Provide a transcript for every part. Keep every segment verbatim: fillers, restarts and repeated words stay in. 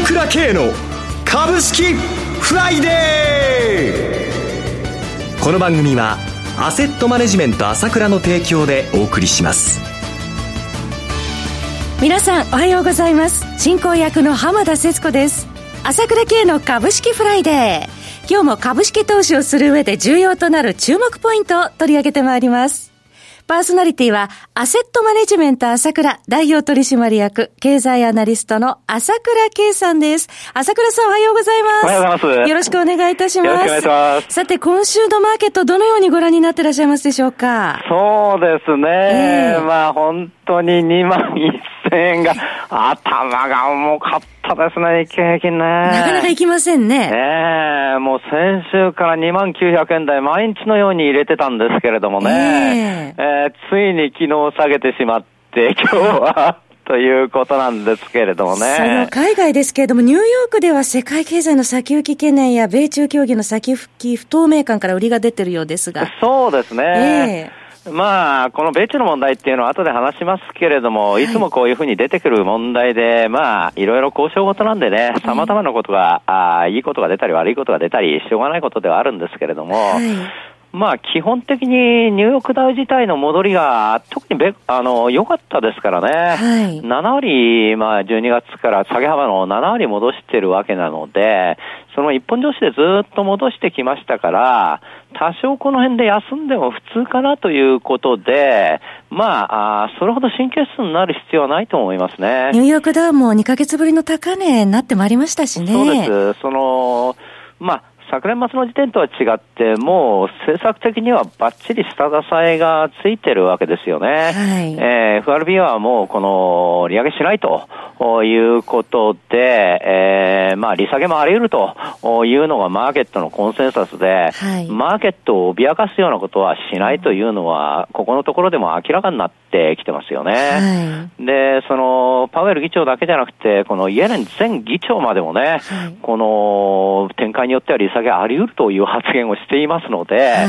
倉慶の株式フライデー。この番組はアセットマネジメント朝倉の提供でお送りします。 皆さんおはようございます。進行役の浜田節子です。朝倉慶の株式フライデー。今日も株式投資をする上で重要となる注目ポイントを取り上げてまいります。パーソナリティはアセットマネジメント朝倉代表取締役経済アナリストの朝倉慶さんです。朝倉さんおはようございます。 おはようございます。 よろしくお願いいたします。 よろしくお願いします。 さて今週のマーケットどのようにご覧になっていらっしゃいますでしょうか。 そうですね、えー、まあ本当ににまんせんえんが頭が重かったですね、日経平均ね。 なかなかいきませんね。 ええー、もう先週からにまんきゅうひゃくえん台毎日のように入れてたんですけれどもね、えーえー、ついに昨日下げてしまって今日はということなんですけれどもね。 その海外ですけれども、ニューヨークでは世界経済の先行き懸念や米中協議の先行き不透明感から売りが出てるようですが。 そうですね。えーまあ、この米中の問題っていうのは後で話しますけれども、はい、いつもこういうふうに出てくる問題で、まあ、いろいろ交渉事なんでね、様々なことが、ああ、いいことが出たり悪いことが出たり、しょうがないことではあるんですけれども、はい、まあ、基本的にニューヨークダウ自体の戻りが、特にべ、あの、良かったですからね、はい、ななわり、まあ、じゅうにがつから下げ幅のななわり戻してるわけなので、その一本上司でずっと戻してきましたから、多少この辺で休んでも普通かなということで、まあ、あそれほど神経質になる必要はないと思いますね。 ニューヨークダウもにかげつぶりの高値になってまいりましたしね。 そうです。その、まあ、昨年末の時点とは違って、もう政策的にはバッチリ下支えがついてるわけですよね。はい、えー、エフアールビー はもうこの利上げしないということで、えー、まあ利下げもあり得るというのがマーケットのコンセンサスで、はい、マーケットを脅かすようなことはしないというのは、ここのところでも明らかになってきてますよね。はい、で、そのパウエル議長だけじゃなくて、このイエレン前議長までもね、はい、この展開によっては利下げあり得るという発言をしていますので、はい、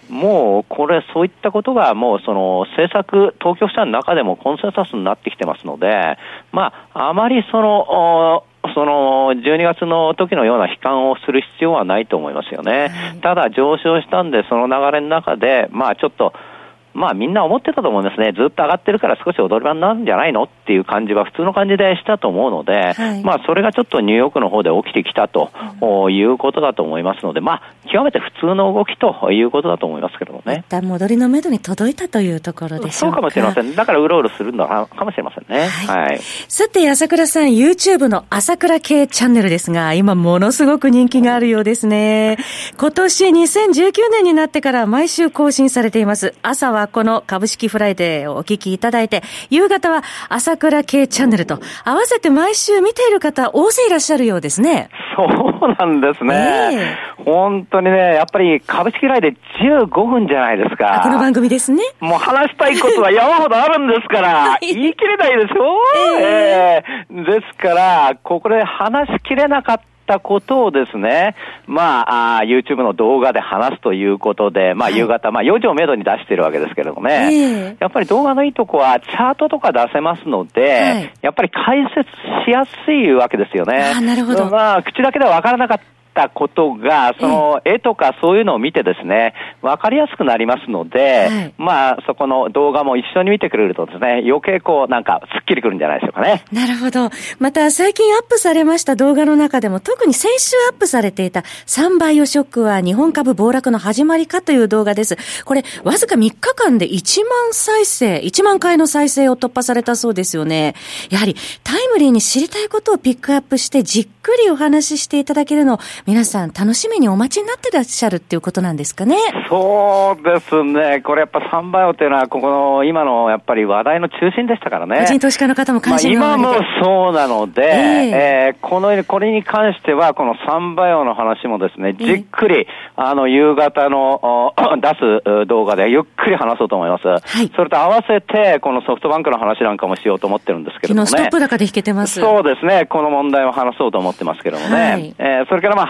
もうこれそういったことがもうその政策当局者の中でもコンセンサスになってきてますので、まああまりそのそのじゅうにがつの時のような悲観をする必要はないと思いますよね。はい、ただ上昇したんでその流れの中でまあちょっとまあみんな思ってたと思いますね。ずっと上がってるから少し踊り場になるんじゃないのっていう感じは普通の感じでしたと思うので、はい、まあそれがちょっとニューヨークの方で起きてきたということだと思いますので、まあ極めて普通の動きということだと思いますけどもね。 一旦戻りの目処に届いたというところでしょうか。 そうかもしれません。だからうろうろするのかもしれませんね。はい。はい、 さて朝倉さん、YouTube の朝倉系チャンネルですが、今ものすごく人気があるようですね。今年にせんじゅうきゅうねんになってから毎週更新されています。朝はこの株式フライデーをお聞きいただいて、夕方は朝倉系チャンネルと合わせて毎週見ている方大勢いらっしゃるようですね。 そうなんですね。えー、本当にね、やっぱり株式フライデーじゅうごふんじゃないですか。 この番組ですね。 もう話したいことは山ほどあるんですから、言い切れないでしょ、えーえー、ですから、ここで話しきれなかったたことをですね、まあ、あ YouTube の動画で話すということで、まあ、夕方、はい、まあ、よじをめどに出しているわけですけれどもね、えー、やっぱり動画のいいとこはチャートとか出せますので、はい、やっぱり解説しやすいわけですよね。 あ、なるほど。 まあ、口だけでは分からなかったたことが、その絵とかそういうのを見てですね、分かりやすくなりますので、はい、まあそこの動画も一緒に見てくれるとですね、余計こうなんかスッキリくるんじゃないでしょうかね。 なるほど。また最近アップされました動画の中でも、特に先週アップされていたさんバイオショックは日本株暴落の始まりかという動画です。これわずかみっかかんでいちまん再生、いちまんかいの再生を突破されたそうですよね。やはりタイムリーに知りたいことをピックアップしてじっくりお話ししていただけるのを皆さん楽しみにお待ちになってらっしゃるっていうことなんですかね。 そうですね。これやっぱサンバイオっていうのはここの今のやっぱり話題の中心でしたからね。 個人投資家の方も関心がある、 まあ、今もそうなので、えーえー、このこれに関してはこのサンバイオの話もですね、じっくり、えー、あの夕方の出す動画でゆっくり話そうと思います。はい、それと合わせてこのソフトバンクの話なんかもしようと思ってるんですけどもね。 昨日ストップ高で引けてます。 そうですね。この問題を話そうと思ってますけどもね。はい、えー、それからまあ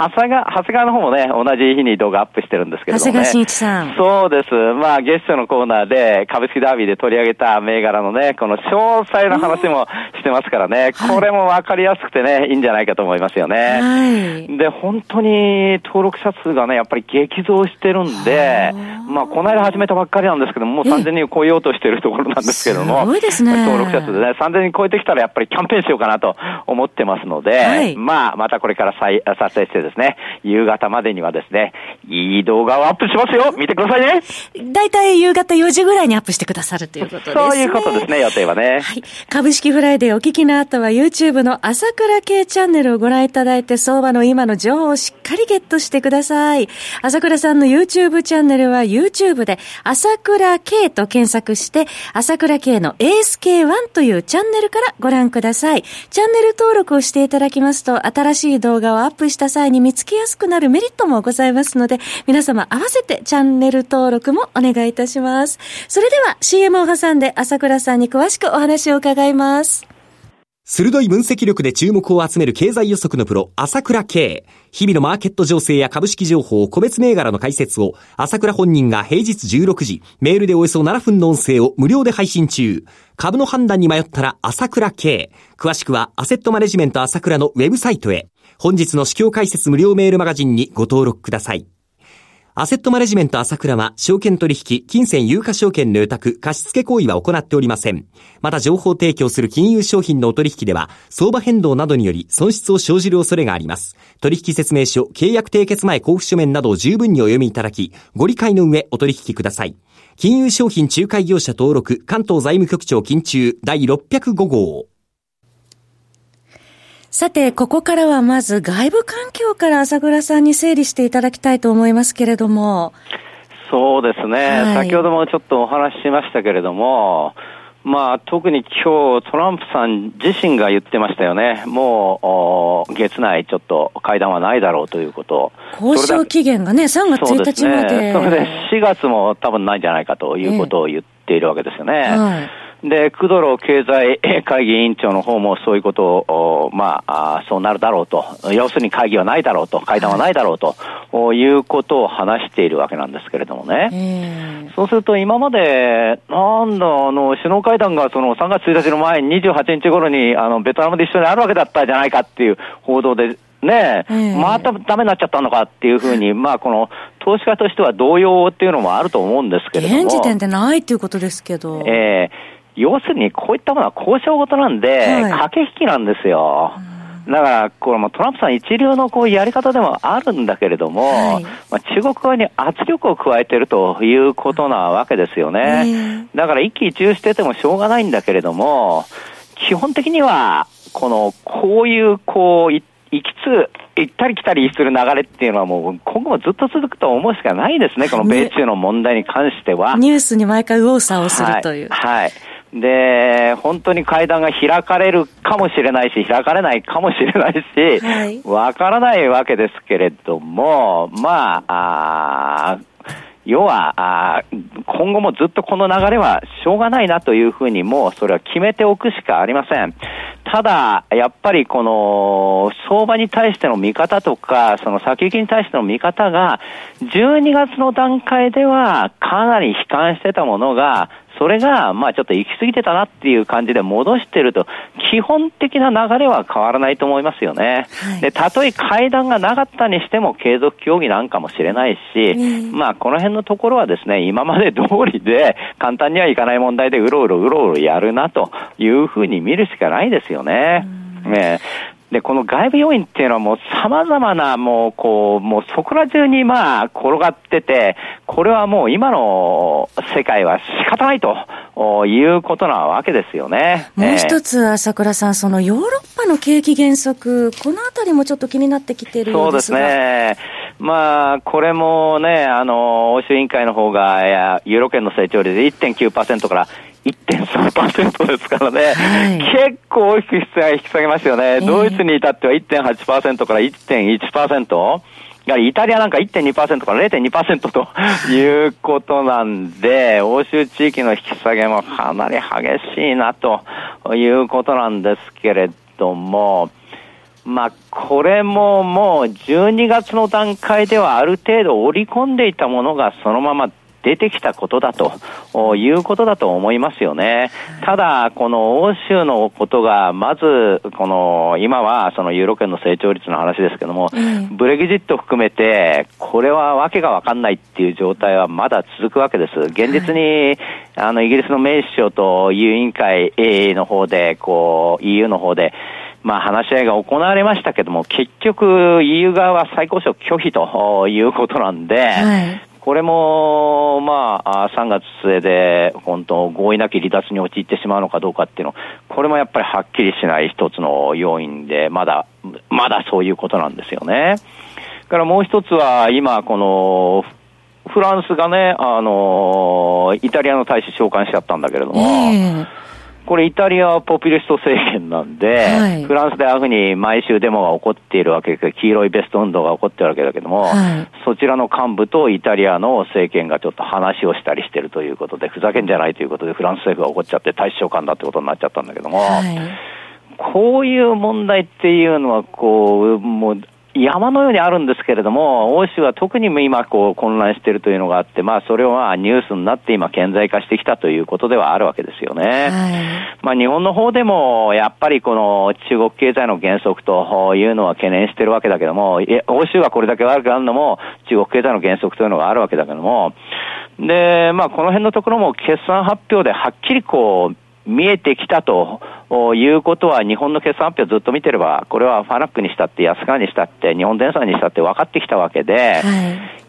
長谷川、長谷川の方もね、同じ日に動画アップしてるんですけれどもね。 長谷川慎一さん。 そうです。まあ、ゲストのコーナーで、株式ダービーで取り上げた銘柄のね、この詳細な話もしてますからね、これもわかりやすくてね、いいんじゃないかと思いますよね。はい。で、本当に登録者数がね、やっぱり激増してるんで、まあ、この間始めたばっかりなんですけども、もうさんぜんにんを超えようとしているところなんですけども、 すごいですね。 登録者数でね、さんぜんにん超えてきたらやっぱりキャンペーンしようかなと思ってますので、はい、まあ、またこれから再撮影してですね、夕方までにはですね、いい動画をアップしますよ。見てくださいね。 だいたい夕方よじぐらいにアップしてくださるということですね。 そういうことですね、予定はね。 はい。株式フライデーお聞きの後は YouTube の朝倉慶チャンネルをご覧いただいて、相場の今の情報をしっかりゲットしてください。朝倉さんの YouTube チャンネルは YouTube で朝倉慶と検索して、朝倉慶の エーエスケーワン というチャンネルからご覧ください。チャンネル登録をしていただきますと、新しい動画をアップした際に見つけやすくなるメリットもございますので、皆様合わせてチャンネル登録もお願いいたします。それでは シーエム を挟んで朝倉さんに詳しくお話を伺います。 鋭い分析力で注目を集める経済予測のプロ、朝倉慶。日々のマーケット情勢や株式情報、個別銘柄の解説を、朝倉本人が平日じゅうろくじ、メールでおよそななふんの音声を無料で配信中。株の判断に迷ったら朝倉慶。詳しくはアセットマネジメント朝倉のウェブサイトへ。本日の指標解説無料メールマガジンにご登録ください。アセットマネジメント朝倉は、証券取引、金銭有価証券の予託、貸付行為は行っておりません。また情報提供する金融商品のお取引では、相場変動などにより損失を生じる恐れがあります。取引説明書、契約締結前交付書面などを十分にお読みいただき、ご理解の上お取引ください。金融商品仲介業者登録、関東財務局長金中第ろっぴゃくご号。 さて、ここからはまず外部環境から朝倉さんに整理していただきたいと思いますけれども。 そうですね。はい、先ほどもちょっとお話ししましたけれども、まあ特に今日トランプさん自身が言ってましたよね。もう月内ちょっと会談はないだろうということ。 交渉期限がね、さんがつついたちまで。 そうですね。それでしがつも多分ないんじゃないかということを言っているわけですよね。えーはいで、クドロ経済会議委員長の方もそういうことを、まあ、そうなるだろうと。要するに会議はないだろうと。会談はないだろうと、はい、いうことを話しているわけなんですけれどもね。えー、そうすると今まで、なんだ、あの、首脳会談がそのさんがつついたちの前ににじゅうはちにち頃に、あの、ベトナムで一緒にあるわけだったじゃないかっていう報道で、ねえ、えー、またダメになっちゃったのかっていうふうに、まあこの投資家としては動揺っていうのもあると思うんですけれども。 現時点でないっていうことですけど。 えー要するにこういったものは交渉事なんで、はい、駆け引きなんですよ。だから、これもトランプさん一流のこうやり方でもあるんだけれども、はい、まあ、中国側に圧力を加えているということなわけですよね。だから一喜一憂しててもしょうがないんだけれども、基本的には、この、こういう、こう、行きつ、行ったり来たりする流れっていうのはもう今後もずっと続くと思うしかないですね、この米中の問題に関しては。 ニュースに毎回右往左往するという。 はい。はいで、本当に会談が開かれるかもしれないし、開かれないかもしれないし、わ、はい、からないわけですけれども、まあ、あ要はあ、今後もずっとこの流れはしょうがないなというふうにもうそれは決めておくしかありません。ただ、やっぱりこの相場に対しての見方とか、その先行きに対しての見方が、じゅうにがつの段階ではかなり悲観してたものが、それが、まあちょっと行き過ぎてたなっていう感じで戻してると、基本的な流れは変わらないと思いますよね。はい、で、たとえ会談がなかったにしても継続協議なんかもしれないし、うん、まあこの辺のところはですね、今まで通りで簡単にはいかない問題でうろうろうろうろやるなというふうに見るしかないですよね。うん、ねで、この外部要因っていうのはもう様々なもうこう、もうそこら中にまあ転がってて、これはもう今の世界は仕方ないということなわけですよね。 もう一つ、朝倉さん、そのヨーロッパの景気減速、このあたりもちょっと気になってきているようですが。 そうですね。まあ、これもね、あの、欧州委員会の方が、ユーロ圏の成長率 いってんきゅうパーセント から いってんさんパーセント ですからね、はい、結構大きく引き下げましたよね。えー、ドイツに至っては いってんはちパーセント から いってんいちパーセント、やはりイタリアなんか いってんにパーセント から れいてんにパーセント ということなんで、欧州地域の引き下げもかなり激しいなということなんですけれども、 まあ、これももうじゅうにがつの段階ではある程度織り込んでいたものがそのまま出てきたことだということだと思いますよね。ただ、この欧州のことが、まず、この、今はそのユーロ圏の成長率の話ですけども、うん、ブレグジット含めて、これはわけがわかんないっていう状態はまだ続くわけです。現実に、あの、イギリスのメイ首相と イーユー 委員会の方で、こう、イーユー の方で、まあ話し合いが行われましたけども、結局 イーユー 側は再交渉拒否ということなんで、はい、これも、まあ、さんがつ末で、本当、合意なき離脱に陥ってしまうのかどうかっていうの、これもやっぱりはっきりしない一つの要因で、まだ、まだそういうことなんですよね。だからもう一つは、今、この、フランスがね、あの、イタリアの大使召喚しちゃったんだけれども、えーこれイタリアはポピュリスト政権なんで、はい、フランスでああいうふうに毎週デモが起こっているわけで、黄色いベスト運動が起こっているわけだけども、はい、そちらの幹部とイタリアの政権がちょっと話をしたりしているということで、ふざけんじゃないということでフランス政府が怒っちゃって大使召喚だってことになっちゃったんだけども、はい、こういう問題っていうのはこう、もう山のようにあるんですけれども、欧州は特に今こう混乱しているというのがあって、まあそれはニュースになって今顕在化してきたということではあるわけですよね。はい、まあ日本の方でもやっぱりこの中国経済の減速というのは懸念しているわけだけども、欧州はこれだけ悪くなるのも中国経済の減速というのがあるわけだけども、で、まあこの辺のところも決算発表ではっきりこう見えてきたということは、日本の決算発表ずっと見てれば、これはファナックにしたって安川にしたって日本電産にしたって分かってきたわけで、はい、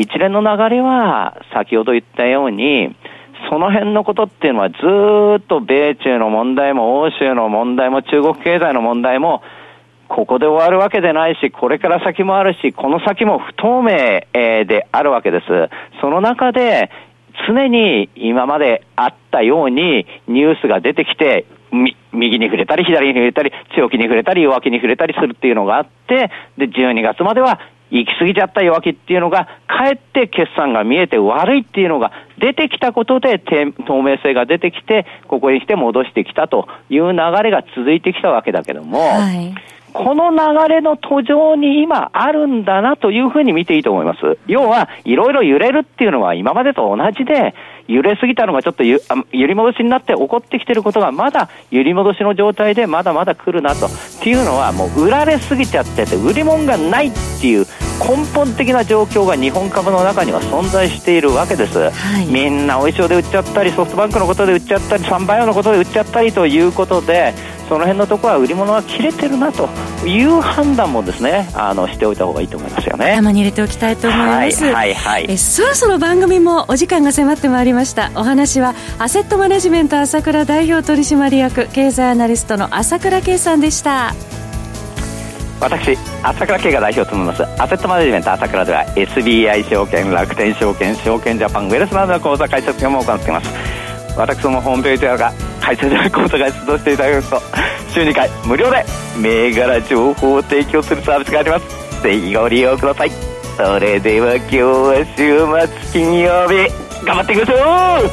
一連の流れは先ほど言ったように、その辺のことっていうのはずっと米中の問題も欧州の問題も中国経済の問題もここで終わるわけでないし、これから先もあるし、この先も不透明であるわけです。その中で常に今まであったようにニュースが出てきて、右に触れたり左に触れたり強気に触れたり弱気に触れたりするっていうのがあって、でじゅうにがつまでは行き過ぎちゃった弱気っていうのがかえって決算が見えて悪いっていうのが出てきたことで透明性が出てきて、ここに来て戻してきたという流れが続いてきたわけだけども、はい、この流れの途上に今あるんだなというふうに見ていいと思います。要はいろいろ揺れるっていうのは今までと同じで、揺れすぎたのがちょっとゆ揺り戻しになって起こってきていることがまだ揺り戻しの状態でまだまだ来るなと。っていうのはもう売られすぎちゃってて売り物がないっていう根本的な状況が日本株の中には存在しているわけです、はい、みんなお衣装で売っちゃったりソフトバンクのことで売っちゃったりサンバイオのことで売っちゃったりということで、その辺のところは売り物が切れてるなという判断もですね、あのしておいた方がいいと思いますよね。 頭に入れておきたいと思います、 はいはいはい、 えそろそろ番組もお時間が迫ってまいりました。お話はアセットマネジメント朝倉代表取締役経済アナリストの朝倉圭さんでした。 私朝倉圭が代表を務めますアセットマネジメント朝倉では エスビーアイ 証券、楽天証券、証券ジャパン、ウェルスなどの口座開設業も行っています。私どもホームページが開設で口座開設をしていただきますと週にかい無料で銘柄情報を提供するサービスがあります。ぜひご利用ください。それでは今日は週末金曜日頑張っていきましょう。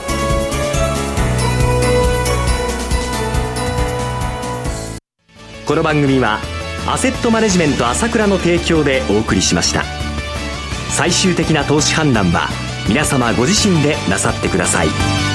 この番組はアセットマネジメント朝倉の提供でお送りしました。最終的な投資判断は皆様ご自身でなさってください。